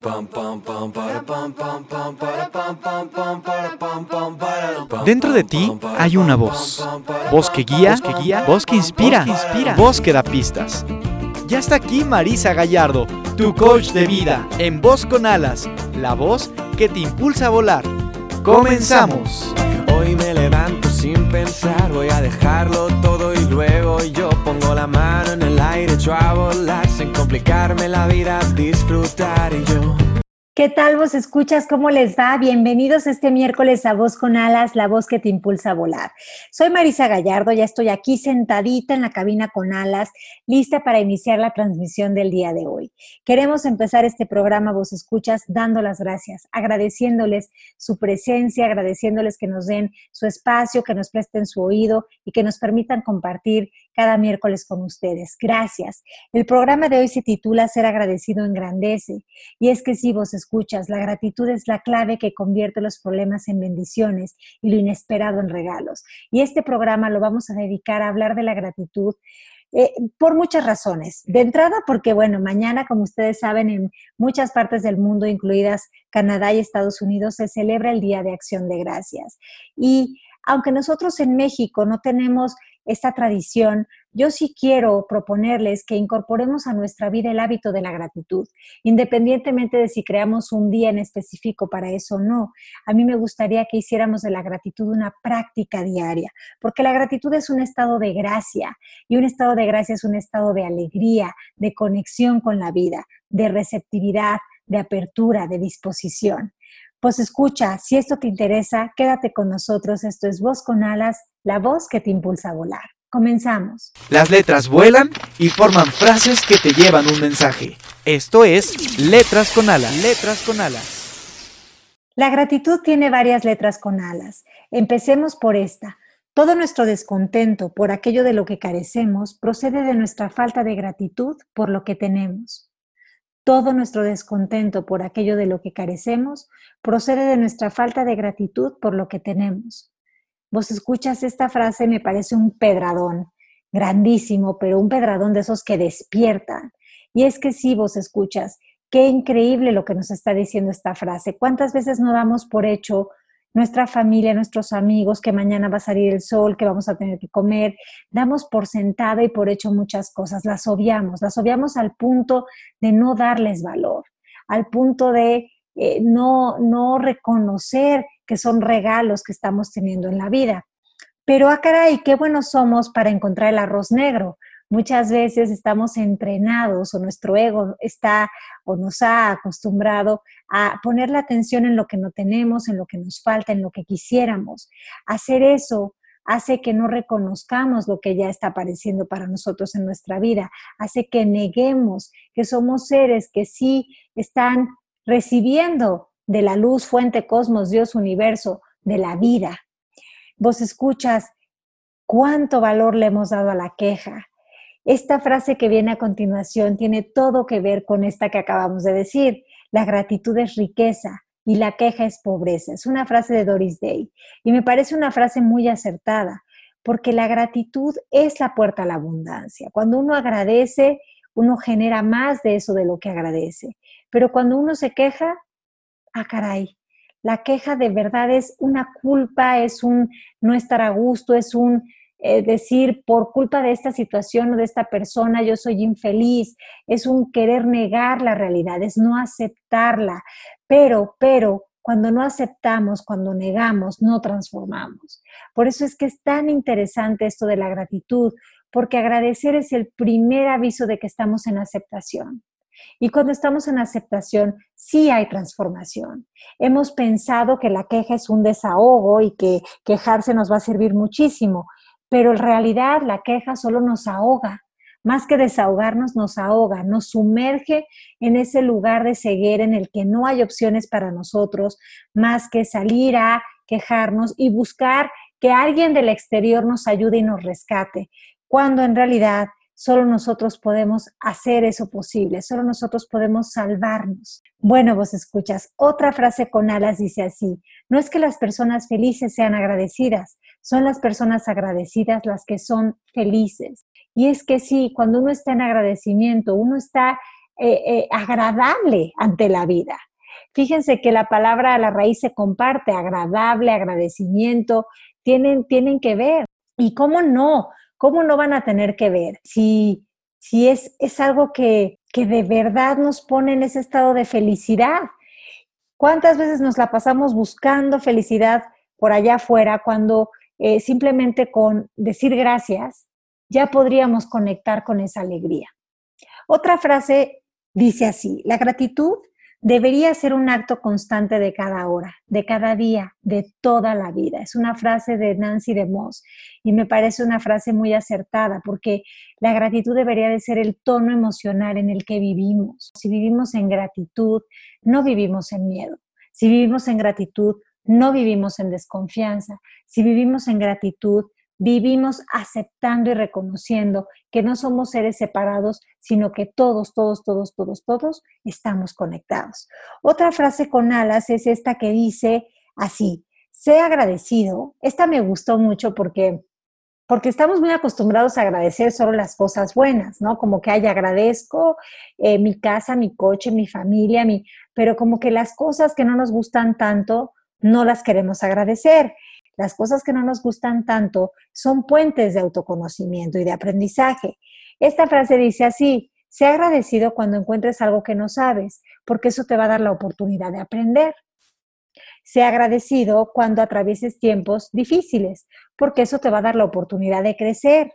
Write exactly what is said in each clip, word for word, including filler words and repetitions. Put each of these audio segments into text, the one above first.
Dentro de ti hay una voz. Voz que guía, que guía, voz que inspira, voz que inspira, voz que da pistas. Ya está aquí Marisa Gallardo, tu coach de vida, en Voz con Alas, la voz que te impulsa a volar. ¡Comenzamos! Hoy me levanto sin pensar, voy a dejarlo todo y luego yo pongo la mano en el aire, echo a volar sin complicarme la vida, disfrutar y yo... ¿Qué tal, vos escuchas? ¿Cómo les va? Bienvenidos este miércoles a Voz con Alas, la voz que te impulsa a volar. Soy Marisa Gallardo, ya estoy aquí sentadita en la cabina con alas, lista para iniciar la transmisión del día de hoy. Queremos empezar este programa, vos escuchas, dando las gracias, agradeciéndoles su presencia, agradeciéndoles que nos den su espacio, que nos presten su oído y que nos permitan compartir cada miércoles con ustedes. Gracias. El programa de hoy se titula Ser agradecido engrandece, y es que si vos escuchas, la gratitud es la clave que convierte los problemas en bendiciones y lo inesperado en regalos. Y este programa lo vamos a dedicar a hablar de la gratitud eh, por muchas razones. De entrada, porque bueno, mañana, como ustedes saben, en muchas partes del mundo, incluidas Canadá y Estados Unidos, se celebra el Día de Acción de Gracias. Y aunque nosotros en México no tenemos esta tradición, yo sí quiero proponerles que incorporemos a nuestra vida el hábito de la gratitud, independientemente de si creamos un día en específico para eso o no. A mí me gustaría que hiciéramos de la gratitud una práctica diaria, porque la gratitud es un estado de gracia, y un estado de gracia es un estado de alegría, de conexión con la vida, de receptividad, de apertura, de disposición. Pues escucha, si esto te interesa, quédate con nosotros. Esto es Voz con Alas, la voz que te impulsa a volar. Comenzamos. Las letras vuelan y forman frases que te llevan un mensaje. Esto es Letras con Alas. Letras con Alas. La gratitud tiene varias letras con alas. Empecemos por esta. Todo nuestro descontento por aquello de lo que carecemos procede de nuestra falta de gratitud por lo que tenemos. Todo nuestro descontento por aquello de lo que carecemos procede de nuestra falta de gratitud por lo que tenemos. Vos escuchas esta frase, me parece un pedradón, grandísimo, pero un pedradón de esos que despiertan. Y es que sí, vos escuchas, qué increíble lo que nos está diciendo esta frase. ¿Cuántas veces no damos por hecho nuestra familia, nuestros amigos, que mañana va a salir el sol, que vamos a tener que comer? Damos por sentada y por hecho muchas cosas, las obviamos, las obviamos al punto de no darles valor, al punto de eh, no, no reconocer que son regalos que estamos teniendo en la vida. Pero, ah, caray, qué buenos somos para encontrar el arroz negro. Muchas veces estamos entrenados o nuestro ego está o nos ha acostumbrado a poner la atención en lo que no tenemos, en lo que nos falta, en lo que quisiéramos. Hacer eso hace que no reconozcamos lo que ya está apareciendo para nosotros en nuestra vida, hace que neguemos que somos seres que sí están recibiendo de la luz, fuente, cosmos, Dios, universo, de la vida. Vos escuchas cuánto valor le hemos dado a la queja. Esta frase que viene a continuación tiene todo que ver con esta que acabamos de decir. La gratitud es riqueza y la queja es pobreza. Es una frase de Doris Day y me parece una frase muy acertada, porque la gratitud es la puerta a la abundancia. Cuando uno agradece, uno genera más de eso de lo que agradece. Pero cuando uno se queja, ah, caray, la queja de verdad es una culpa, es un no estar a gusto, es un eh, decir por culpa de esta situación o de esta persona yo soy infeliz, es un querer negar la realidad, es no aceptarla. Pero, pero, cuando no aceptamos, cuando negamos, no transformamos. Por eso es que es tan interesante esto de la gratitud, porque agradecer es el primer aviso de que estamos en aceptación. Y cuando estamos en aceptación, sí hay transformación. Hemos pensado que la queja es un desahogo y que quejarse nos va a servir muchísimo, pero en realidad la queja solo nos ahoga. Más que desahogarnos, nos ahoga, nos sumerge en ese lugar de ceguera en el que no hay opciones para nosotros, más que salir a quejarnos y buscar que alguien del exterior nos ayude y nos rescate, cuando en realidad solo nosotros podemos hacer eso posible, solo nosotros podemos salvarnos. Bueno, vos escuchas, otra frase con alas dice así: no es que las personas felices sean agradecidas, son las personas agradecidas las que son felices. Y es que sí, cuando uno está en agradecimiento, uno está eh, eh, agradable ante la vida. Fíjense que la palabra a la raíz se comparte, agradable, agradecimiento, tienen, tienen que ver. ¿Y cómo no? ¿Cómo no van a tener que ver? Si, si es, es algo que, que de verdad nos pone en ese estado de felicidad. ¿Cuántas veces nos la pasamos buscando felicidad por allá afuera cuando eh, simplemente con decir gracias ya podríamos conectar con esa alegría? Otra frase dice así: la gratitud debería ser un acto constante de cada hora, de cada día, de toda la vida. Es una frase de Nancy DeMoss y me parece una frase muy acertada porque la gratitud debería de ser el tono emocional en el que vivimos. Si vivimos en gratitud, no vivimos en miedo. Si vivimos en gratitud, no vivimos en desconfianza. Si vivimos en gratitud, vivimos aceptando y reconociendo que no somos seres separados, sino que todos, todos, todos, todos, todos estamos conectados. Otra frase con alas es esta que dice así: sé agradecido. Esta me gustó mucho porque, porque estamos muy acostumbrados a agradecer solo las cosas buenas, ¿no? Como que, ay, agradezco eh, mi casa, mi coche, mi familia, mi... pero como que las cosas que no nos gustan tanto, no las queremos agradecer. Las cosas que no nos gustan tanto son puentes de autoconocimiento y de aprendizaje. Esta frase dice así: sé agradecido cuando encuentres algo que no sabes, porque eso te va a dar la oportunidad de aprender. Sé agradecido cuando atravieses tiempos difíciles, porque eso te va a dar la oportunidad de crecer.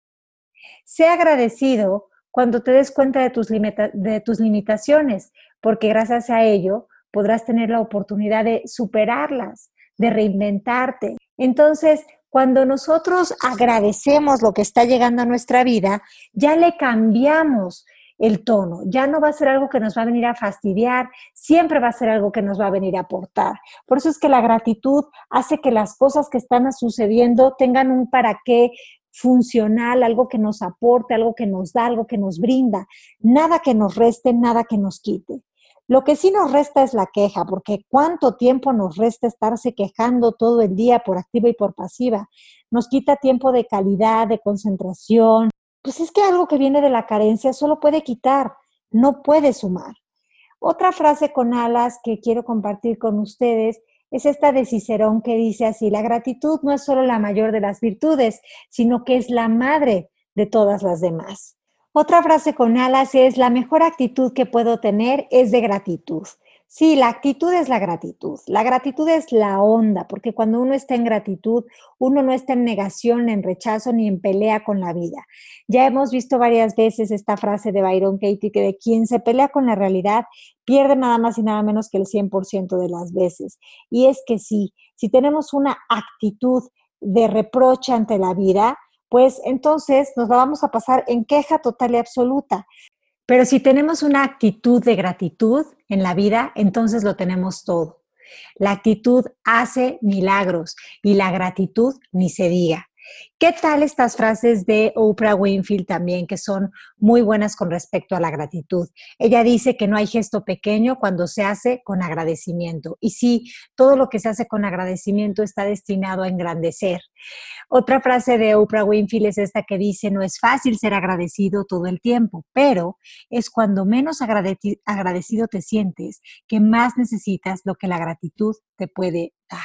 Sé agradecido cuando te des cuenta de tus, limita- de tus limitaciones, porque gracias a ello podrás tener la oportunidad de superarlas, de reinventarte. Entonces, cuando nosotros agradecemos lo que está llegando a nuestra vida, ya le cambiamos el tono. Ya no va a ser algo que nos va a venir a fastidiar, siempre va a ser algo que nos va a venir a aportar. Por eso es que la gratitud hace que las cosas que están sucediendo tengan un para qué funcional, algo que nos aporte, algo que nos da, algo que nos brinda. Nada que nos reste, nada que nos quite. Lo que sí nos resta es la queja, porque ¿cuánto tiempo nos resta estarse quejando todo el día por activa y por pasiva? Nos quita tiempo de calidad, de concentración. Pues es que algo que viene de la carencia solo puede quitar, no puede sumar. Otra frase con alas que quiero compartir con ustedes es esta de Cicerón que dice así: la gratitud no es solo la mayor de las virtudes, sino que es la madre de todas las demás. Otra frase con alas es: la mejor actitud que puedo tener es de gratitud. Sí, la actitud es la gratitud. La gratitud es la onda, porque cuando uno está en gratitud, uno no está en negación, en rechazo, ni en pelea con la vida. Ya hemos visto varias veces esta frase de Byron Katie, que de quien se pelea con la realidad pierde nada más y nada menos que el cien por ciento de las veces. Y es que sí, si tenemos una actitud de reproche ante la vida, pues entonces nos la vamos a pasar en queja total y absoluta. Pero si tenemos una actitud de gratitud en la vida, entonces lo tenemos todo. La actitud hace milagros y la gratitud ni se diga. ¿Qué tal estas frases de Oprah Winfrey también, que son muy buenas con respecto a la gratitud? Ella dice que no hay gesto pequeño cuando se hace con agradecimiento. Y sí, todo lo que se hace con agradecimiento está destinado a engrandecer. Otra frase de Oprah Winfrey es esta que dice: no es fácil ser agradecido todo el tiempo, pero es cuando menos agradeci- agradecido te sientes que más necesitas lo que la gratitud te puede dar.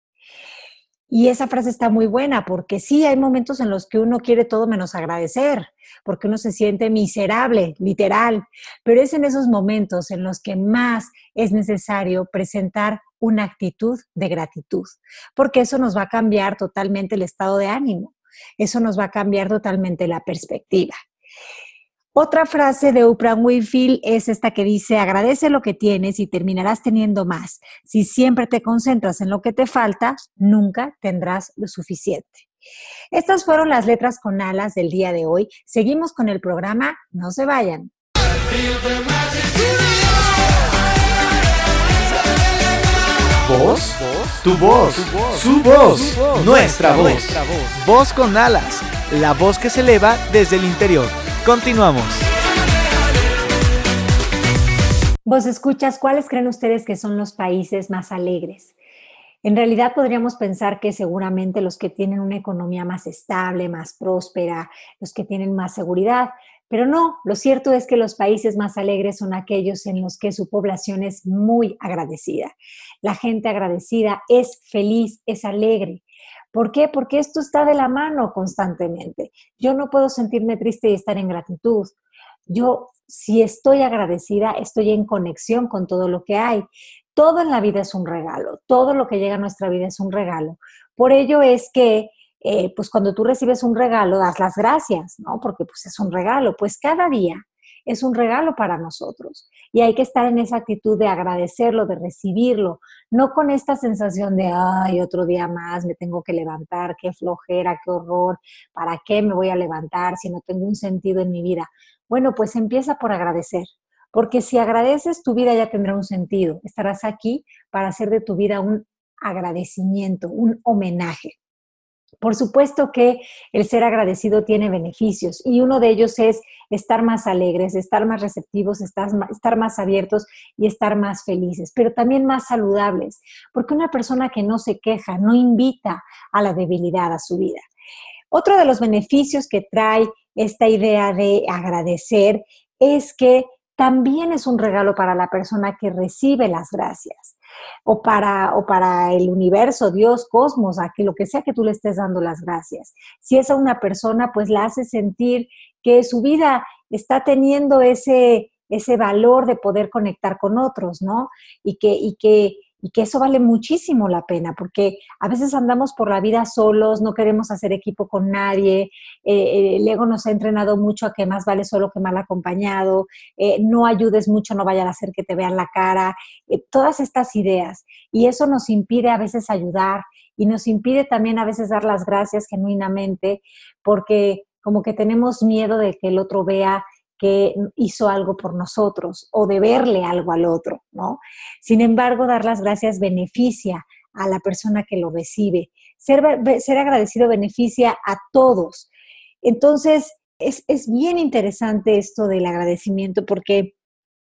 Y esa frase está muy buena porque sí, hay momentos en los que uno quiere todo menos agradecer, porque uno se siente miserable, literal, pero es en esos momentos en los que más es necesario presentar una actitud de gratitud, porque eso nos va a cambiar totalmente el estado de ánimo, eso nos va a cambiar totalmente la perspectiva. Otra frase de Oprah Winfrey es esta que dice: agradece lo que tienes y terminarás teniendo más. Si siempre te concentras en lo que te falta, nunca tendrás lo suficiente. Estas fueron las letras con alas del día de hoy. Seguimos con el programa, no se vayan. ¿Voz? Tu voz, su voz, nuestra voz. Voz con alas, la voz que se eleva desde el interior. Continuamos. Vos escuchas, ¿cuáles creen ustedes que son los países más alegres? En realidad podríamos pensar que seguramente los que tienen una economía más estable, más próspera, los que tienen más seguridad, Pero no, lo cierto es que los países más alegres son aquellos en los que su población es muy agradecida. La gente agradecida es feliz, es alegre. ¿Por qué? Porque esto está de la mano constantemente. Yo no puedo sentirme triste y estar en gratitud. Yo, si estoy agradecida, estoy en conexión con todo lo que hay. Todo en la vida es un regalo, todo lo que llega a nuestra vida es un regalo. Por ello es que, eh, pues cuando tú recibes un regalo, das las gracias, ¿no? Porque pues es un regalo. Pues cada día es un regalo para nosotros y hay que estar en esa actitud de agradecerlo, de recibirlo, no con esta sensación de, ay, otro día más, me tengo que levantar, qué flojera, qué horror, ¿para qué me voy a levantar si no tengo un sentido en mi vida? Bueno, pues empieza por agradecer, porque si agradeces, tu vida ya tendrá un sentido. Estarás aquí para hacer de tu vida un agradecimiento, un homenaje. Por supuesto que el ser agradecido tiene beneficios y uno de ellos es estar más alegres, estar más receptivos, estar, estar más abiertos y estar más felices, pero también más saludables, porque una persona que no se queja no invita a la debilidad a su vida. Otro de los beneficios que trae esta idea de agradecer es que también es un regalo para la persona que recibe las gracias o para, o para el universo, Dios, cosmos, a que lo que sea que tú le estés dando las gracias. Si es a una persona, pues la hace sentir que su vida está teniendo ese, ese valor de poder conectar con otros, ¿no? Y que, y que Y que eso vale muchísimo la pena, porque a veces andamos por la vida solos, no queremos hacer equipo con nadie, eh, el ego nos ha entrenado mucho a que más vale solo que mal acompañado, eh, no ayudes mucho, no vayan a hacer que te vean la cara, eh, todas estas ideas. Y eso nos impide a veces ayudar y nos impide también a veces dar las gracias genuinamente, porque como que tenemos miedo de que el otro vea que hizo algo por nosotros o de verle algo al otro, ¿no? Sin embargo, dar las gracias beneficia a la persona que lo recibe. Ser, ser agradecido beneficia a todos. Entonces, es, es bien interesante esto del agradecimiento porque,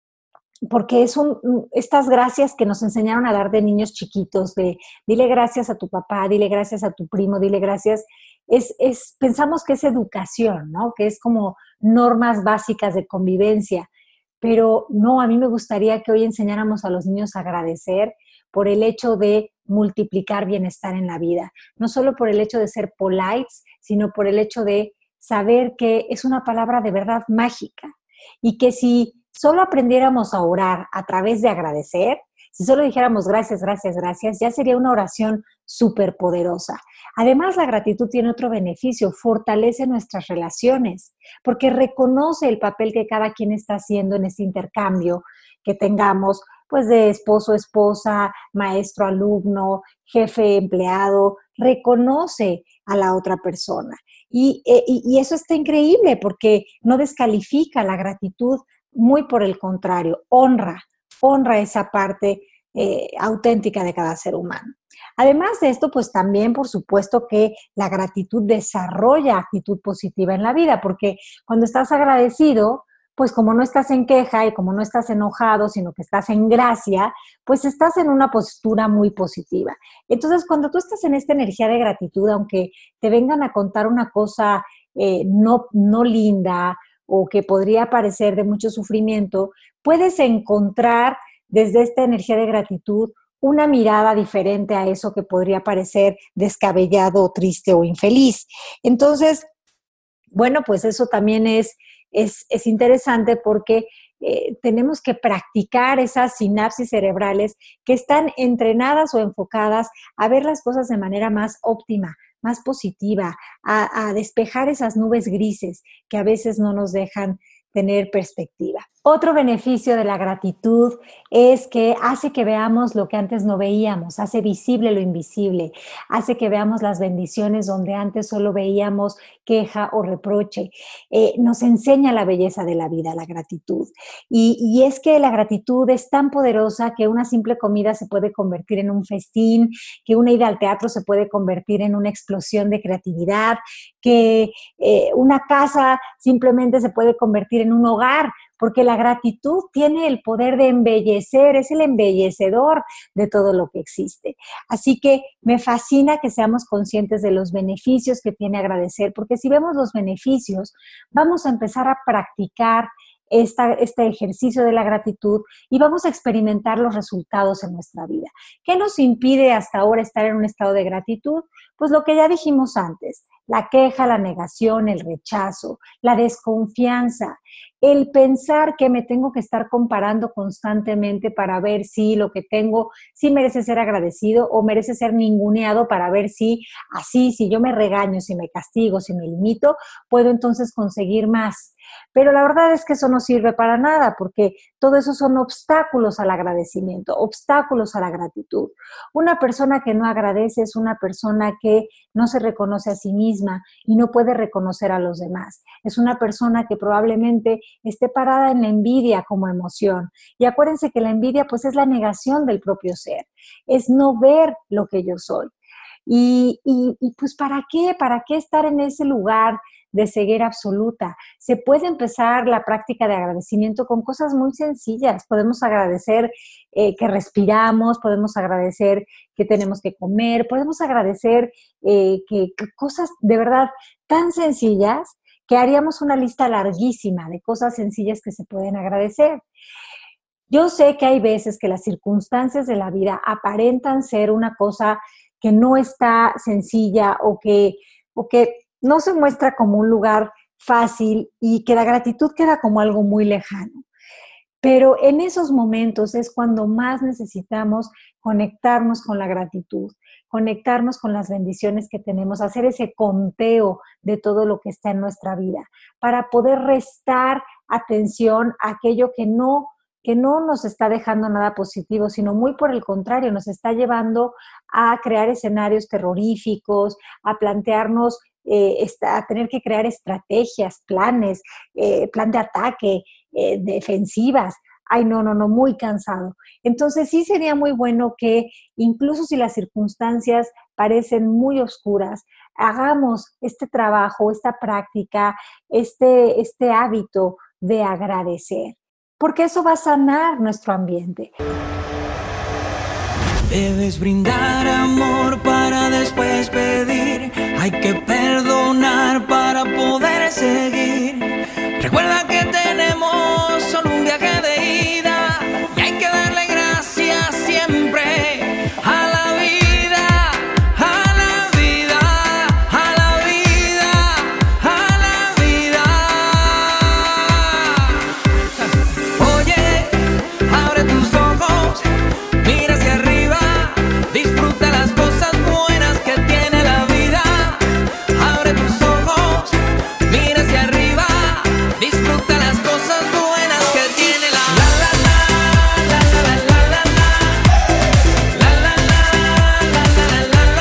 porque es un, estas gracias que nos enseñaron a dar de niños chiquitos, de dile gracias a tu papá, dile gracias a tu primo, dile gracias. Es, es, pensamos que es educación, ¿no? Que es como normas básicas de convivencia, pero no, a mí me gustaría que hoy enseñáramos a los niños a agradecer por el hecho de multiplicar bienestar en la vida, no solo por el hecho de ser polites, sino por el hecho de saber que es una palabra de verdad mágica y que si solo aprendiéramos a orar a través de agradecer, si solo dijéramos gracias, gracias, gracias, ya sería una oración súper poderosa. Además, la gratitud tiene otro beneficio, fortalece nuestras relaciones, porque reconoce el papel que cada quien está haciendo en este intercambio que tengamos, pues de esposo, esposa, maestro, alumno, jefe, empleado, reconoce a la otra persona. Y, y, y eso está increíble porque no descalifica la gratitud, muy por el contrario, honra. honra esa parte eh, auténtica de cada ser humano. Además de esto, pues también, por supuesto, que la gratitud desarrolla actitud positiva en la vida, porque cuando estás agradecido, pues como no estás en queja y como no estás enojado, sino que estás en gracia, pues estás en una postura muy positiva. Entonces, cuando tú estás en esta energía de gratitud, aunque te vengan a contar una cosa eh, no, no linda, o que podría parecer de mucho sufrimiento, puedes encontrar desde esta energía de gratitud una mirada diferente a eso que podría parecer descabellado, triste o infeliz. Entonces, bueno, pues eso también es, es, es interesante porque eh, tenemos que practicar esas sinapsis cerebrales que están entrenadas o enfocadas a ver las cosas de manera más óptima, más positiva, a, a despejar esas nubes grises que a veces no nos dejan tener perspectiva. Otro beneficio de la gratitud es que hace que veamos lo que antes no veíamos, hace visible lo invisible, hace que veamos las bendiciones donde antes solo veíamos queja o reproche. Eh, nos enseña la belleza de la vida, la gratitud. Y, y es que la gratitud es tan poderosa que una simple comida se puede convertir en un festín, que una ida al teatro se puede convertir en una explosión de creatividad, que eh, una casa simplemente se puede convertir en un hogar porque la gratitud tiene el poder de embellecer, es el embellecedor de todo lo que existe. Así que me fascina que seamos conscientes de los beneficios que tiene agradecer, porque si vemos los beneficios, vamos a empezar a practicar Esta, este ejercicio de la gratitud y vamos a experimentar los resultados en nuestra vida. ¿Qué nos impide hasta ahora estar en un estado de gratitud? Pues lo que ya dijimos antes, la queja, la negación, el rechazo, la desconfianza, el pensar que me tengo que estar comparando constantemente para ver si lo que tengo sí merece ser agradecido o merece ser ninguneado para ver si así, si yo me regaño, si me castigo, si me limito, puedo entonces conseguir más. Pero la verdad es que eso no sirve para nada porque todo eso son obstáculos al agradecimiento, obstáculos a la gratitud. Una persona que no agradece es una persona que no se reconoce a sí misma y no puede reconocer a los demás. Es una persona que probablemente esté parada en la envidia como emoción. Y acuérdense que la envidia pues es la negación del propio ser, es no ver lo que yo soy. Y, y, y pues ¿para qué? ¿Para qué estar en ese lugar de ceguera absoluta? Se puede empezar la práctica de agradecimiento con cosas muy sencillas. Podemos agradecer eh, que respiramos, podemos agradecer que tenemos que comer, podemos agradecer eh, que, que cosas de verdad tan sencillas que haríamos una lista larguísima de cosas sencillas que se pueden agradecer. Yo sé que hay veces que las circunstancias de la vida aparentan ser una cosa que no está sencilla o que, o que no se muestra como un lugar fácil y que la gratitud queda como algo muy lejano. Pero en esos momentos es cuando más necesitamos conectarnos con la gratitud, conectarnos con las bendiciones que tenemos, hacer ese conteo de todo lo que está en nuestra vida, para poder restar atención a aquello que no, que no nos está dejando nada positivo, sino muy por el contrario, nos está llevando a crear escenarios terroríficos, a plantearnos Eh, a tener que crear estrategias, planes, eh, plan de ataque, eh, defensivas. Ay, no, no, no, muy cansado. Entonces sí sería muy bueno que incluso si las circunstancias parecen muy oscuras, hagamos este trabajo, esta práctica, este, este hábito de agradecer, porque eso va a sanar nuestro ambiente. Debes brindar amor para después pedir. Hay que perdonar para poder seguir. Recuerda que tenemos solo un viaje de ida y hay que darle gracias siempre a la vida, a la vida, a la vida, a la vida. Oye, abre tus ojos, mira hacia arriba. Disfruta las cosas buenas que tiene la vida. Abre tus ojos, mira hacia arriba. Disfruta las cosas buenas que tiene la la la la la la la la la la la la la la la la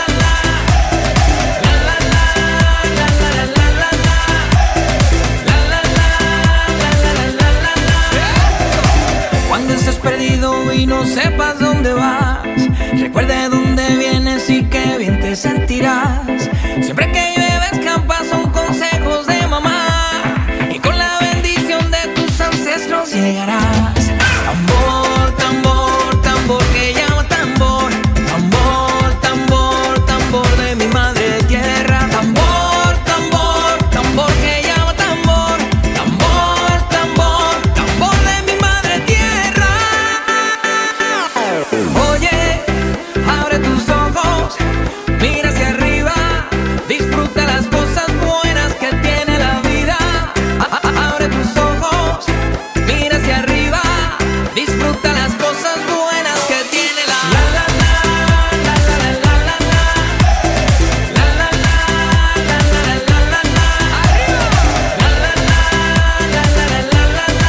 la. Cuando estés perdido y no sepas dónde vas, recuerde dónde vienes y qué bien te sentirás. Siempre que llueve escampa son consejos de mamá y con la bendición de tus ancestros llegarás. Tambor, tambor, tambor que llama tambor. Tambor, tambor, tambor de mi madre tierra. Tambor, tambor, tambor que llama tambor. Tambor, tambor, tambor de mi madre tierra. Oye, abre tus ojos, mira hacia arriba, disfruta las cosas buenas que tiene la vida. Abre tus ojos, mira hacia arriba, disfruta las cosas buenas que tiene la la la la la la la la la la la la la la la la arriba la la la la la la la la la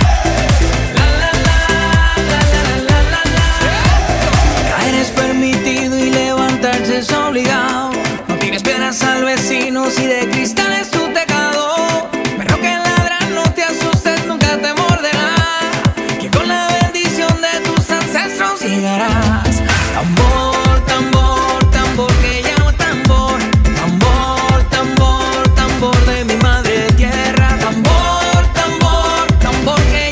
la la la. Caer es permitido y levantarse es obligado. No tienes piedras al vecino si de cristal es tu tejado. Perro que ladra, no te asustes, nunca te morderá, que con la bendición de tus ancestros llegarás. Tambor, tambor, tambor que llama tambor. Tambor, tambor, tambor de mi madre tierra. Tambor, tambor, tambor que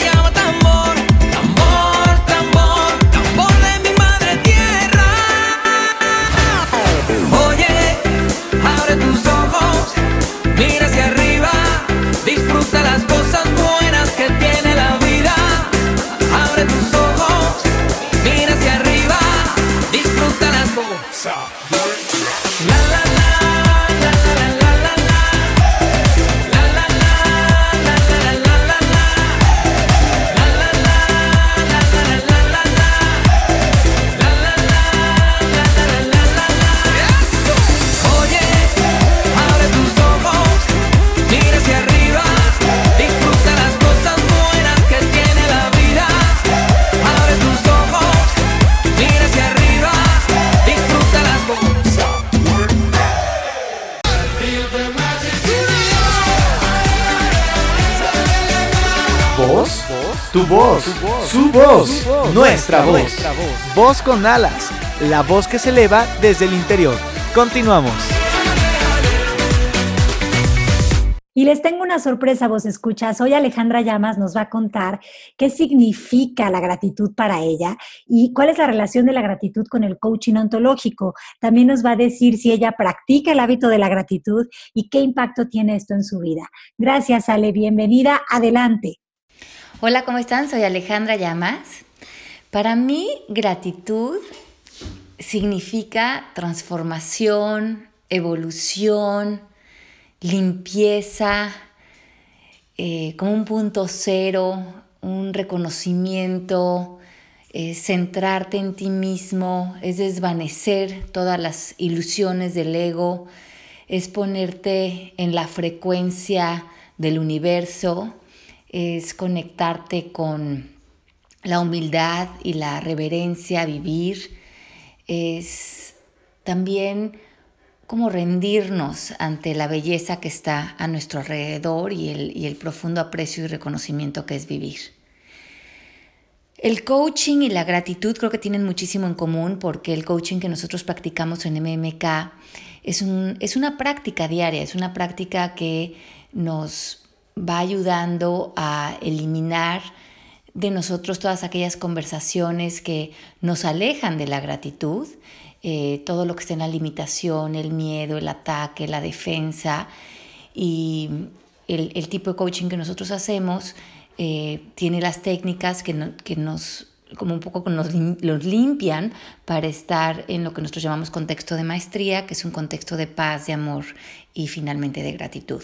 ¿Voz? Tu voz, su voz, nuestra voz. Voz con alas, la voz que se eleva desde el interior. Continuamos. Y les tengo una sorpresa, vos escuchas. Hoy Alejandra Llamas nos va a contar qué significa la gratitud para ella y cuál es la relación de la gratitud con el coaching ontológico. También nos va a decir si ella practica el hábito de la gratitud y qué impacto tiene esto en su vida. Gracias, Ale. Bienvenida. Adelante. Hola, ¿cómo están? Soy Alejandra Llamas. Para mí, gratitud significa transformación, evolución, limpieza, eh, como un punto cero, un reconocimiento, eh, centrarte en ti mismo, es desvanecer todas las ilusiones del ego, es ponerte en la frecuencia del universo, es conectarte con la humildad y la reverencia a vivir, es también como rendirnos ante la belleza que está a nuestro alrededor y el, y el profundo aprecio y reconocimiento que es vivir. El coaching y la gratitud creo que tienen muchísimo en común porque el coaching que nosotros practicamos en M M K es, un, es una práctica diaria, es una práctica que nos va ayudando a eliminar de nosotros todas aquellas conversaciones que nos alejan de la gratitud, eh, todo lo que está en la limitación, el miedo, el ataque, la defensa. Y el, el tipo de coaching que nosotros hacemos eh, tiene las técnicas que, no, que nos, como un poco nos, nos limpian para estar en lo que nosotros llamamos contexto de maestría, que es un contexto de paz, de amor y finalmente de gratitud.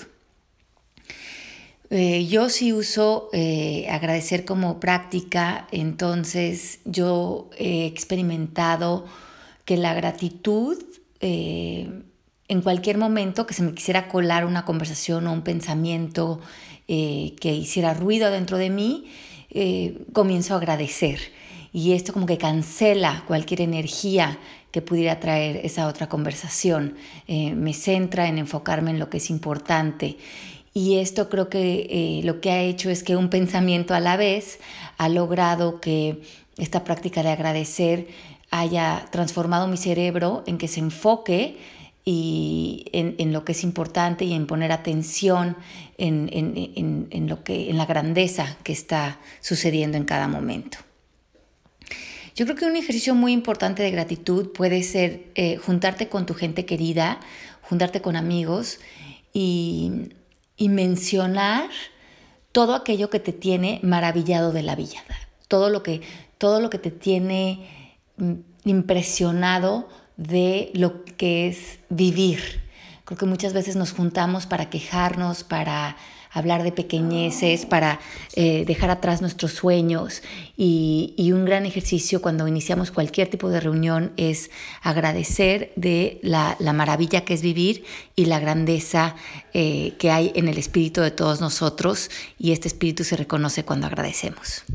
Eh, yo sí uso eh, agradecer como práctica, entonces yo he experimentado que la gratitud, eh, en cualquier momento que se me quisiera colar una conversación o un pensamiento eh, que hiciera ruido dentro de mí, eh, comienzo a agradecer. Y esto como que cancela cualquier energía que pudiera traer esa otra conversación. Eh, me centra en enfocarme en lo que es importante. Y esto creo que eh, lo que ha hecho es que un pensamiento a la vez ha logrado que esta práctica de agradecer haya transformado mi cerebro en que se enfoque y en, en lo que es importante y en poner atención en, en, en, en, lo que, en la grandeza que está sucediendo en cada momento. Yo creo que un ejercicio muy importante de gratitud puede ser eh, juntarte con tu gente querida, juntarte con amigos y... y mencionar todo aquello que te tiene maravillado de la vida, todo lo que, todo lo que te tiene impresionado de lo que es vivir. Creo que muchas veces nos juntamos para quejarnos, para hablar de pequeñeces, para eh, dejar atrás nuestros sueños y, y un gran ejercicio cuando iniciamos cualquier tipo de reunión es agradecer de la, la maravilla que es vivir y la grandeza eh, que hay en el espíritu de todos nosotros y este espíritu se reconoce cuando agradecemos.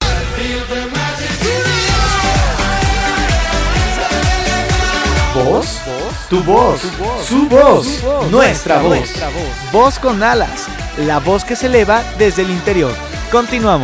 ¿Voz? Tu voz, su voz, nuestra voz. Voz con alas, la voz que se eleva desde el interior. Continuamos.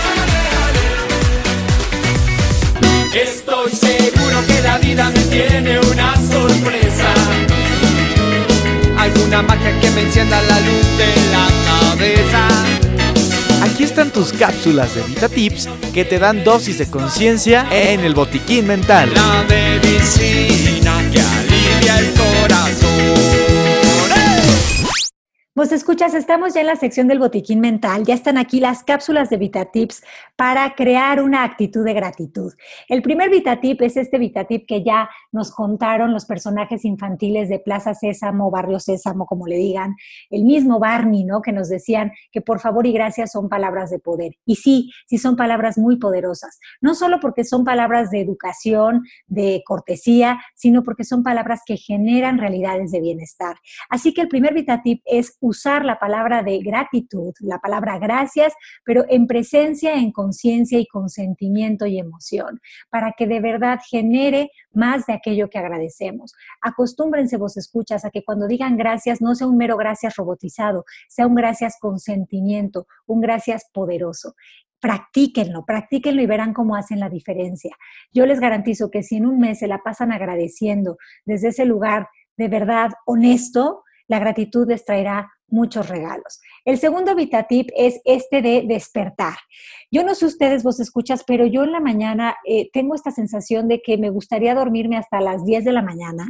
Estoy seguro que la vida me tiene una sorpresa. Alguna magia que me encienda la luz de la cabeza. Aquí están tus cápsulas de VitaTips que te dan dosis de conciencia en el botiquín mental. La medicina que alivia el corazón. Vos escuchas, estamos ya en la sección del botiquín mental, ya están aquí las cápsulas de VitaTips para crear una actitud de gratitud. El primer VitaTip es este VitaTip que ya nos contaron los personajes infantiles de Plaza Sésamo, Barrio Sésamo, como le digan, el mismo Barney, ¿no? Que nos decían que por favor y gracias son palabras de poder. Y sí, sí son palabras muy poderosas, no solo porque son palabras de educación, de cortesía, sino porque son palabras que generan realidades de bienestar. Así que el primer VitaTip es usar la palabra de gratitud, la palabra gracias, pero en presencia, en conciencia y consentimiento y emoción, para que de verdad genere más de aquello que agradecemos. Acostúmbrense, vos escuchas, a que cuando digan gracias no sea un mero gracias robotizado, sea un gracias con sentimiento, un gracias poderoso. Practíquenlo, practíquenlo y verán cómo hacen la diferencia. Yo les garantizo que si en un mes se la pasan agradeciendo desde ese lugar de verdad honesto, la gratitud les traerá muchos regalos. El segundo VitaTip es este de despertar. Yo no sé ustedes, vos escuchas, pero yo en la mañana eh, tengo esta sensación de que me gustaría dormirme hasta las diez de la mañana.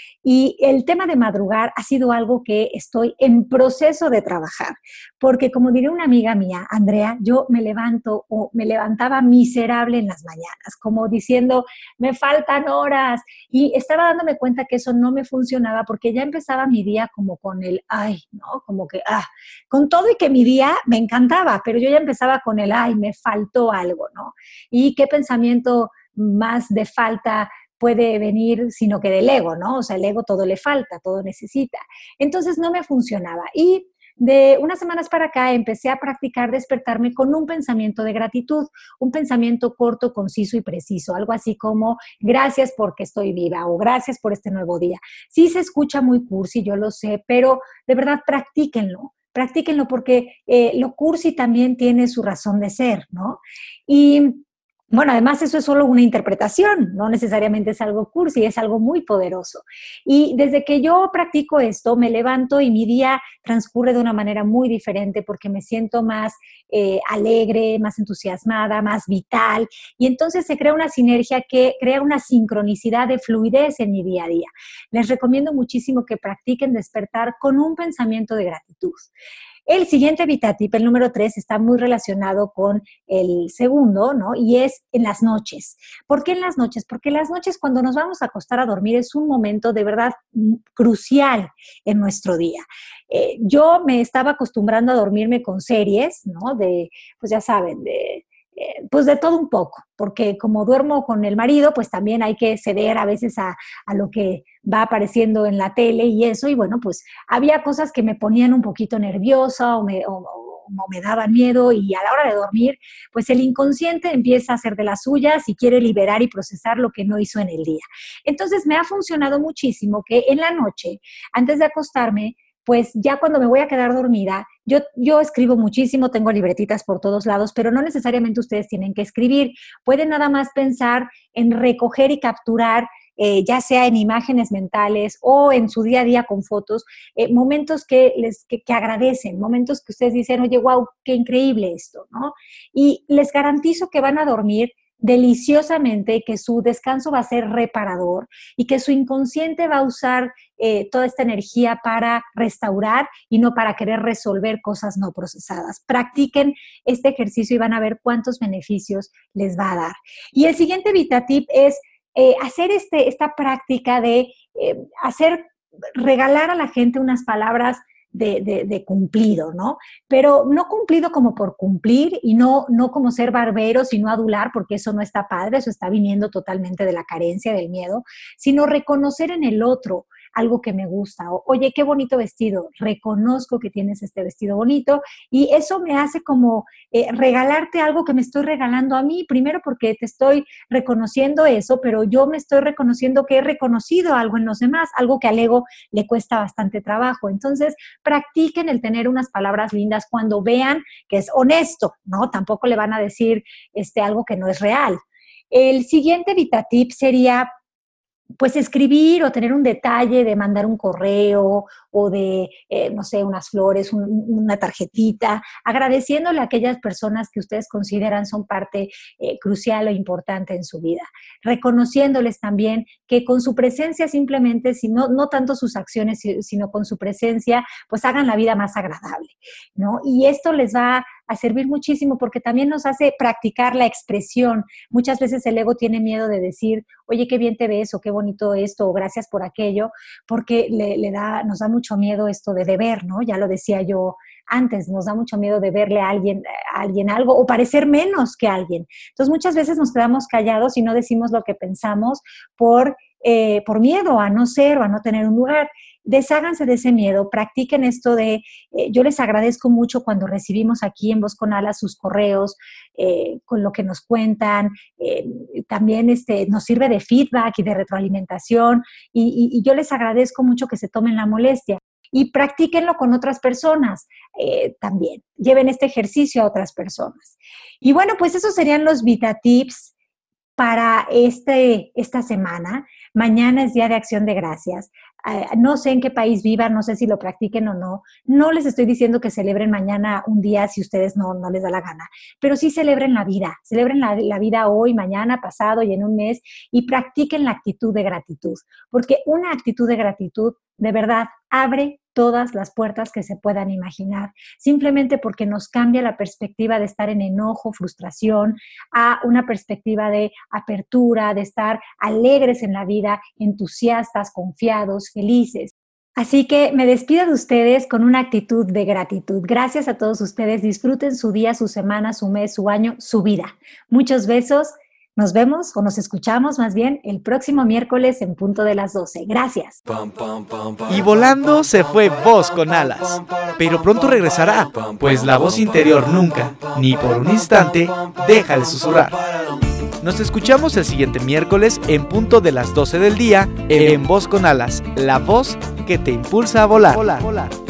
Y el tema de madrugar ha sido algo que estoy en proceso de trabajar, porque como diría una amiga mía, Andrea, yo me levanto o me levantaba miserable en las mañanas, como diciendo, me faltan horas, y estaba dándome cuenta que eso no me funcionaba porque ya empezaba mi día como con el, ay, ¿no? Como que, ah, con todo y que mi día me encantaba, pero yo ya empezaba con el, ay, me faltó algo, ¿no? Y qué pensamiento más de falta puede venir, sino que del ego, ¿no? O sea, el ego todo le falta, todo necesita. Entonces no me funcionaba. Y de unas semanas para acá empecé a practicar despertarme con un pensamiento de gratitud, un pensamiento corto, conciso y preciso, algo así como gracias porque estoy viva o gracias por este nuevo día. Sí se escucha muy cursi, yo lo sé, pero de verdad practíquenlo. Practíquenlo porque eh, lo cursi también tiene su razón de ser, ¿no? Y bueno, además eso es solo una interpretación, no necesariamente es algo cursi, es algo muy poderoso. Y desde que yo practico esto, me levanto y mi día transcurre de una manera muy diferente porque me siento más eh, alegre, más entusiasmada, más vital. Y entonces se crea una sinergia que crea una sincronicidad de fluidez en mi día a día. Les recomiendo muchísimo que practiquen despertar con un pensamiento de gratitud. El siguiente VitaTip, el número tres, está muy relacionado con el segundo, ¿no? Y es en las noches. ¿Por qué en las noches? Porque en las noches cuando nos vamos a acostar a dormir es un momento de verdad crucial en nuestro día. Eh, yo me estaba acostumbrando a dormirme con series, ¿no? De, pues ya saben, de... Eh, pues de todo un poco, porque como duermo con el marido, pues también hay que ceder a veces a, a lo que va apareciendo en la tele y eso, y bueno, pues había cosas que me ponían un poquito nerviosa o me, o, o me daban miedo, y a la hora de dormir, pues el inconsciente empieza a hacer de las suyas y quiere liberar y procesar lo que no hizo en el día. Entonces me ha funcionado muchísimo que en la noche, antes de acostarme, pues ya cuando me voy a quedar dormida, yo, yo escribo muchísimo, tengo libretitas por todos lados, pero no necesariamente ustedes tienen que escribir. Pueden nada más pensar en recoger y capturar, eh, ya sea en imágenes mentales o en su día a día con fotos, eh, momentos que, les, que, que agradecen, momentos que ustedes dicen, oye, wow, qué increíble esto, ¿no? Y les garantizo que van a dormir deliciosamente, que su descanso va a ser reparador y que su inconsciente va a usar eh, toda esta energía para restaurar y no para querer resolver cosas no procesadas. Practiquen este ejercicio y van a ver cuántos beneficios les va a dar. Y el siguiente VitaTip es eh, hacer este, esta práctica de eh, hacer, regalar a la gente unas palabras De, de, de cumplido, ¿no? Pero no cumplido como por cumplir y no, no como ser barbero, sino adular, porque eso no está padre, eso está viniendo totalmente de la carencia, del miedo, sino reconocer en el otro algo que me gusta. O, oye, qué bonito vestido, reconozco que tienes este vestido bonito, y eso me hace como eh, regalarte algo que me estoy regalando a mí, primero porque te estoy reconociendo eso, pero yo me estoy reconociendo que he reconocido algo en los demás, algo que al ego le cuesta bastante trabajo. Entonces, practiquen el tener unas palabras lindas cuando vean que es honesto, ¿no? Tampoco le van a decir este, algo que no es real. El siguiente VitaTip sería pues escribir o tener un detalle de mandar un correo o de, eh, no sé, unas flores, un, una tarjetita, agradeciéndole a aquellas personas que ustedes consideran son parte eh, crucial o importante en su vida, reconociéndoles también que con su presencia simplemente, si no, no tanto sus acciones, sino con su presencia, pues hagan la vida más agradable, ¿no? Y esto les va a servir muchísimo porque también nos hace practicar la expresión. Muchas veces el ego tiene miedo de decir, oye, qué bien te ves o qué bonito esto o gracias por aquello, porque le, le da, nos da mucho miedo esto de deber, ¿no? Ya lo decía yo antes, nos da mucho miedo de verle a alguien, a alguien algo o parecer menos que alguien. Entonces muchas veces nos quedamos callados y no decimos lo que pensamos por, eh, por miedo a no ser o a no tener un lugar. Desháganse de ese miedo, practiquen esto de, eh, yo les agradezco mucho cuando recibimos aquí en Voz con Alas sus correos, eh, con lo que nos cuentan, eh, también este, nos sirve de feedback y de retroalimentación y, y, y yo les agradezco mucho que se tomen la molestia. Y practíquenlo con otras personas eh, también. Lleven este ejercicio a otras personas. Y bueno, pues esos serían los Vita Tips para este, esta semana. Mañana es Día de Acción de Gracias. Uh, no sé en qué país vivan, no sé si lo practiquen o no. No les estoy diciendo que celebren mañana un día si ustedes no, no les da la gana, pero sí celebren la vida. Celebren la, la vida hoy, mañana, pasado y en un mes y practiquen la actitud de gratitud, porque una actitud de gratitud de verdad abre todas las puertas que se puedan imaginar, simplemente porque nos cambia la perspectiva de estar en enojo, frustración, a una perspectiva de apertura, de estar alegres en la vida, entusiastas, confiados, felices. Así que me despido de ustedes con una actitud de gratitud. Gracias a todos ustedes, disfruten su día, su semana, su mes, su año, su vida. Muchos besos. Nos vemos o nos escuchamos más bien el próximo miércoles en punto de las doce. Gracias. Y volando se fue Voz con Alas, pero pronto regresará, pues la voz interior nunca, ni por un instante, deja de susurrar. Nos escuchamos el siguiente miércoles en punto de las doce del día en Voz con Alas, la voz que te impulsa a volar.